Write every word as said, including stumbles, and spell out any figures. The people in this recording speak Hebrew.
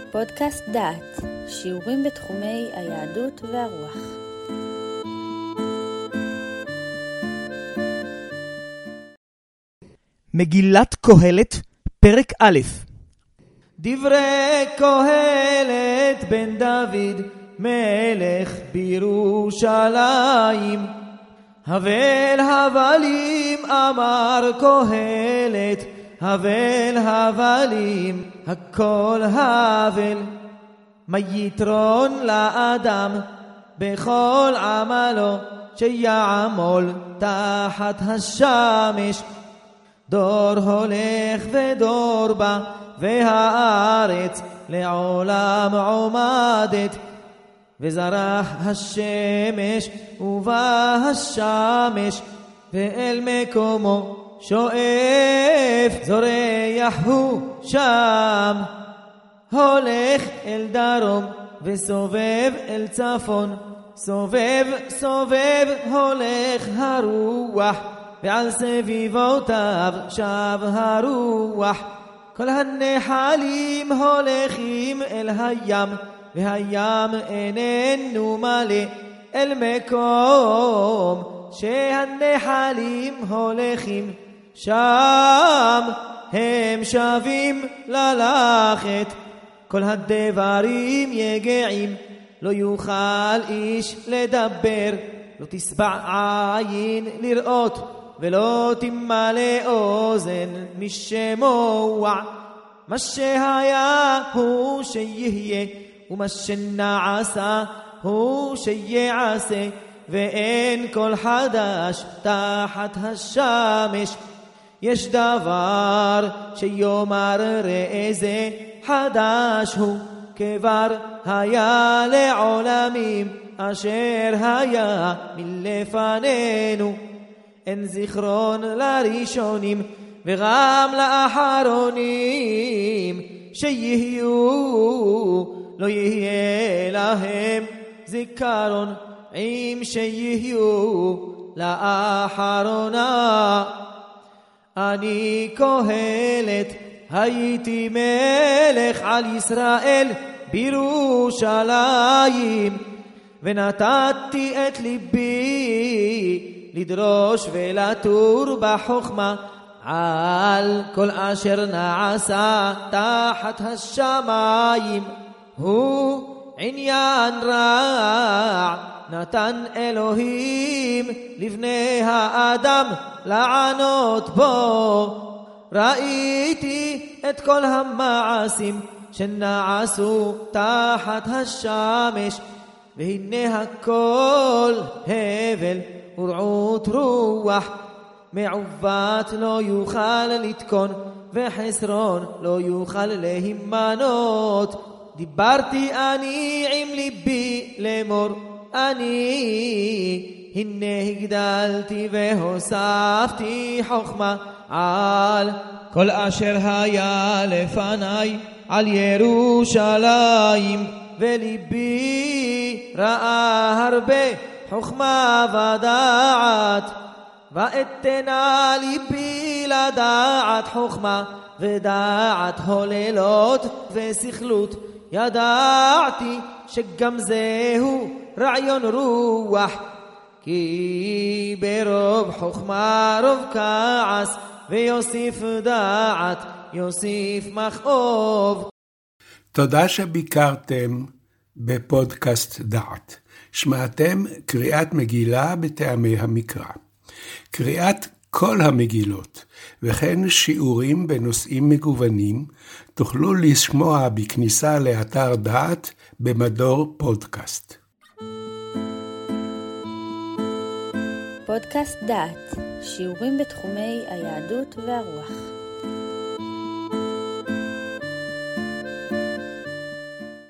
פודקאסט דעת, שיעורים בתחומי היהדות והרוח. מגילת קהלת, פרק א'. דברי קהלת בן דוד, מלך בירושלים. הבל הבלים אמר קהלת, הבל הבלים הכל הבל. מה יתרון לאדם בכל עמלו, שיעמול תחת השמש. דור הולך ודור בא, והארץ לעולם עומדת. וזרח השמש ובא השמש, ואל מקומו שואף. זורח הוא שם, הולך אל דרום וסובב אל צפון. סובב סובב הולך הרוח, ועל סביבותיו שב הרוח. כל הנחלים הולכים אל הים, והים איננו מלא אל מקום שהנחלים הולכים. שם הם שבים ללכת. כל הדברים יגעים, לא יוכל איש לדבר. לא תשבע עין לראות, ולא תמלא אוזן משמוע. מה שהיה הוא שיהיה, ומה שנעשה הוא שיעשה. ואין כל חדש תחת השמש. יש דבר שיאמר ראה זה חדש הוא, כבר היה לעולמים אשר היה מלפנינו. אין זיכרון לראשונים וגם לאחרונים שיהיו, לא יהיה להם זיכרון עם שיהיו לאחרונה. אני קהלת הייתי מלך על ישראל בירושלים, ונתתי את ליבי לדרוש ולתור בחוכמה על כל אשר נעשה תחת השמיים. הוא עניין רע נתן אלוהים לבני האדם לענות בו. ראיתי את כל המעשים שנעשו תחת השמש, והנה הכל הבל ורעות רוח. מעוות לא יוכל לתקון, וחסרון לא יוכל להימנות. דיברתי אני עם ליבי לאמור, אני הנה הגדלתי והוספתי חוכמה על כל אשר היה לפניי על ירושלים. וליבי ראה הרבה חוכמה ודעת, ואתנה ליבי לדעת חוכמה ודעת הוללות וסכלות. ידעתי שגם זהו רעיון רוח, כי ברוב חוכמה רוב כעס, ויוסיף דעת יוסיף מכאוב. תודה שביקרתם בפודקאסט דעת. שמעתם קריאת מגילה בטעמי המקרא, קריאת כל המגילות, וכן שיעורים בנושאים מגוונים תוכלו לשמוע בכניסה לאתר דעת במדור פודקאסט. פודקאסט דעת, שיעורים בתחומי היהדות והרוח.